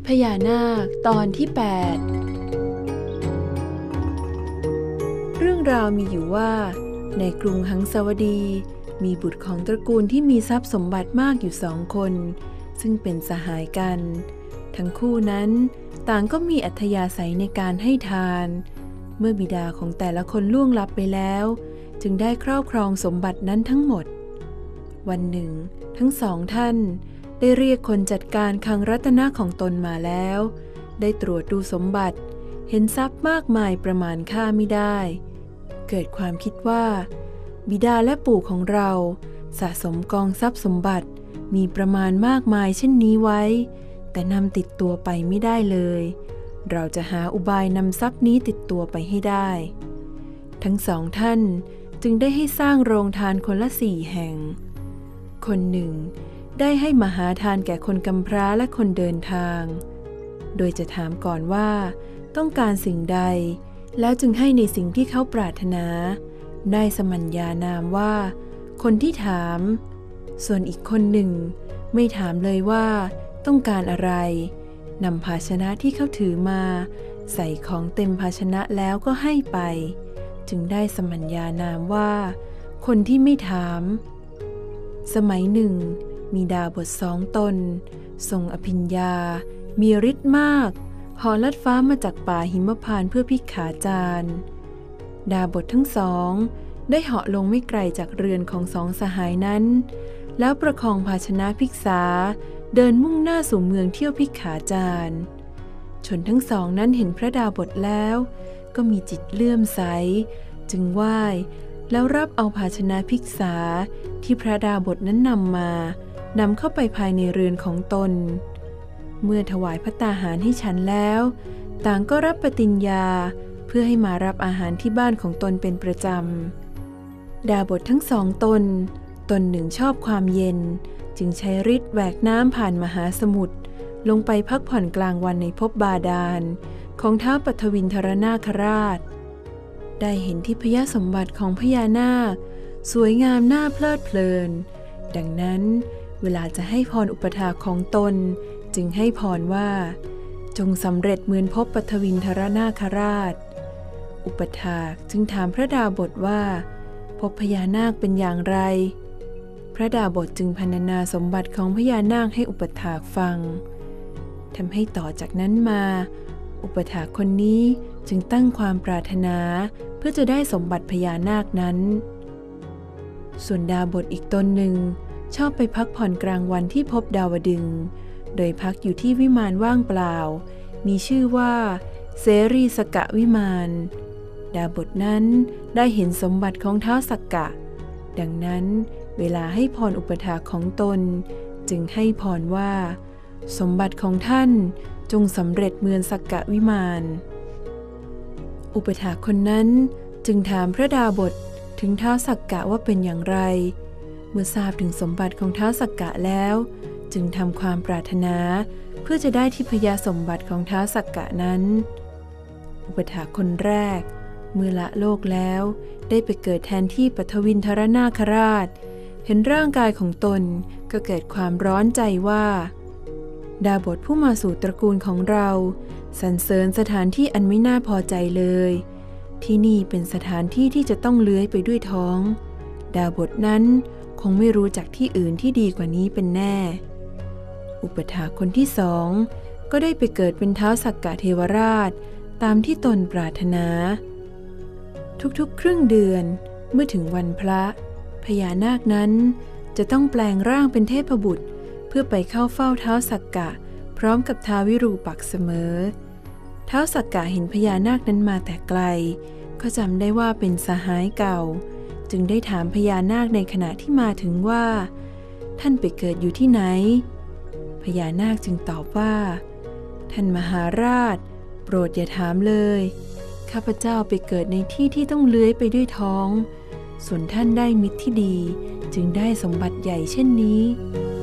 พญานาคตอนที่ 8 เรื่องราวมีอยู่ว่าในกรุงหังสาวดีมีบุตรของตระกูลที่มีทรัพย์สมบัติมากอยู่2 คนซึ่งเป็นสหายกันทั้งคู่นั้นต่างก็มีอัธยาศัยในการให้ทานเมื่อบิดาของแต่ละคนล่วงลับไปแล้วจึงได้ครอบครองสมบัตินั้นทั้งหมดวันหนึ่งทั้ง2 ท่านได้เรียกคนจัดการคลังรัตนะของตนมาแล้วได้ตรวจดูสมบัติเห็นทรัพย์มากมายประมาณค่าไม่ได้เกิดความคิดว่าบิดาและปู่ของเราสะสมกองทรัพย์สมบัติมีประมาณมากมายเช่นนี้ไว้แต่นำติดตัวไปไม่ได้เลยเราจะหาอุบายนำทรัพย์นี้ติดตัวไปให้ได้ทั้ง2 ท่านจึงได้ให้สร้างโรงทานคนละ4 แห่งคนหนึ่งได้ให้มหาทานแก่คนกำพร้าและคนเดินทางโดยจะถามก่อนว่าต้องการสิ่งใดแล้วจึงให้ในสิ่งที่เขาปรารถนาได้สมัญญานามว่าคนที่ถามส่วนอีกคนหนึ่งไม่ถามเลยว่าต้องการอะไรนำภาชนะที่เขาถือมาใส่ของเต็มภาชนะแล้วก็ให้ไปจึงได้สมัญญานามว่าคนที่ไม่ถามสมัยหนึ่งมีดาบท2 ตนทรงอภิญญามีฤทธิ์มากเหาะลัดฟ้ามาจากป่าหิมพานต์เพื่อภิกขาจารย์ดาบททั้ง2ได้เหาะลงไม่ไกลจากเรือนของ2 สหายนั้นแล้วประคองภาชนะภิกษาเดินมุ่งหน้าสู่เมืองเที่ยวภิกขาจารย์ชนทั้ง2นั้นเห็นพระดาบทแล้วก็มีจิตเลื่อมใสจึงไหว้แล้วรับเอาภาชนะภิกษาที่พระดาบทนั้นนำเข้าไปภายในเรือนของตนเมื่อถวายภัตตาหารให้ฉันแล้วต่างก็รับปฏิญญาเพื่อให้มารับอาหารที่บ้านของตนเป็นประจำดาบททั้ง2 ตนหนึ่งชอบความเย็นจึงใช้ฤทธิ์แหวกน้ำผ่านมหาสมุทรลงไปพักผ่อนกลางวันในภพบาดาลของท้าวปฐวินทรนาคราชได้เห็นทิพยสมบัติของพญานาคสวยงามน่าเพลิดเพลินดังนั้นเวลาจะให้พรอุปถากของตนจึงให้พรว่าจงสำเร็จเหมือนภพปฐวินทรนาคราชอุปถากจึงถามพระดาบทว่าภพพญานาคเป็นอย่างไรพระดาบทจึงพรรณนาสมบัติของพญานาคให้อุปถากฟังทำให้ต่อจากนั้นมาอุปถากคนนี้จึงตั้งความปรารถนาเพื่อจะได้สมบัติพญานาคนั้นส่วนดาบทอีกตนหนึ่งชอบไปพักผ่อนกลางวันที่ภพดาวดึงส์โดยพักอยู่ที่วิมานว่างเปล่ามีชื่อว่าเสรีสกะวิมานดาบทนั้นได้เห็นสมบัติของท้าวสักกะดังนั้นเวลาให้พรอุปถากของตนจึงให้พรว่าสมบัติของท่านจงสำเร็จเหมือนสักกะวิมานอุปถากคนนั้นจึงถามพระดาบทถึงท้าวสักกะว่าเป็นอย่างไรเมื่อทราบถึงสมบัติของท้าวสักกะแล้วจึงทำความปรารถนาเพื่อจะได้ทิพยสมบัติของท้าวสักกะนั้นอุปถากคนแรกเมื่อละโลกแล้วได้ไปเกิดแทนที่ปฐวินทรนาคราชเห็นร่างกายของตนก็เกิดความร้อนใจว่าดาบทผู้มาสู่ตระกูลของเราสรรเสริญสถานที่อันไม่น่าพอใจเลยที่นี่เป็นสถานที่ที่จะต้องเลื้อยไปด้วยท้องดาบทนั้นคงไม่รู้จักที่อื่นที่ดีกว่านี้เป็นแน่อุปถากคนที่2ก็ได้ไปเกิดเป็นท้าวสักกะเทวราชตามที่ตนปรารถนาทุกๆครึ่งเดือนเมื่อถึงวันพระพญานาคนั้นจะต้องแปลงร่างเป็นเทพบุตรเพื่อไปเข้าเฝ้าท้าวสักกะพร้อมกับท้าววิรูปักษ์เสมอท้าวสักกะเห็นพญานาคนั้นมาแต่ไกลก็จำได้ว่าเป็นสหายเก่าจึงได้ถามพญานาคในขณะที่มาถึงว่าท่านไปเกิดอยู่ที่ไหนพญานาคจึงตอบว่าท่านมหาราชโปรดอย่าถามเลยข้าพเจ้าไปเกิดในที่ที่ต้องเลื้อยไปด้วยท้องส่วนท่านได้มิตรที่ดีจึงได้สมบัติใหญ่เช่นนี้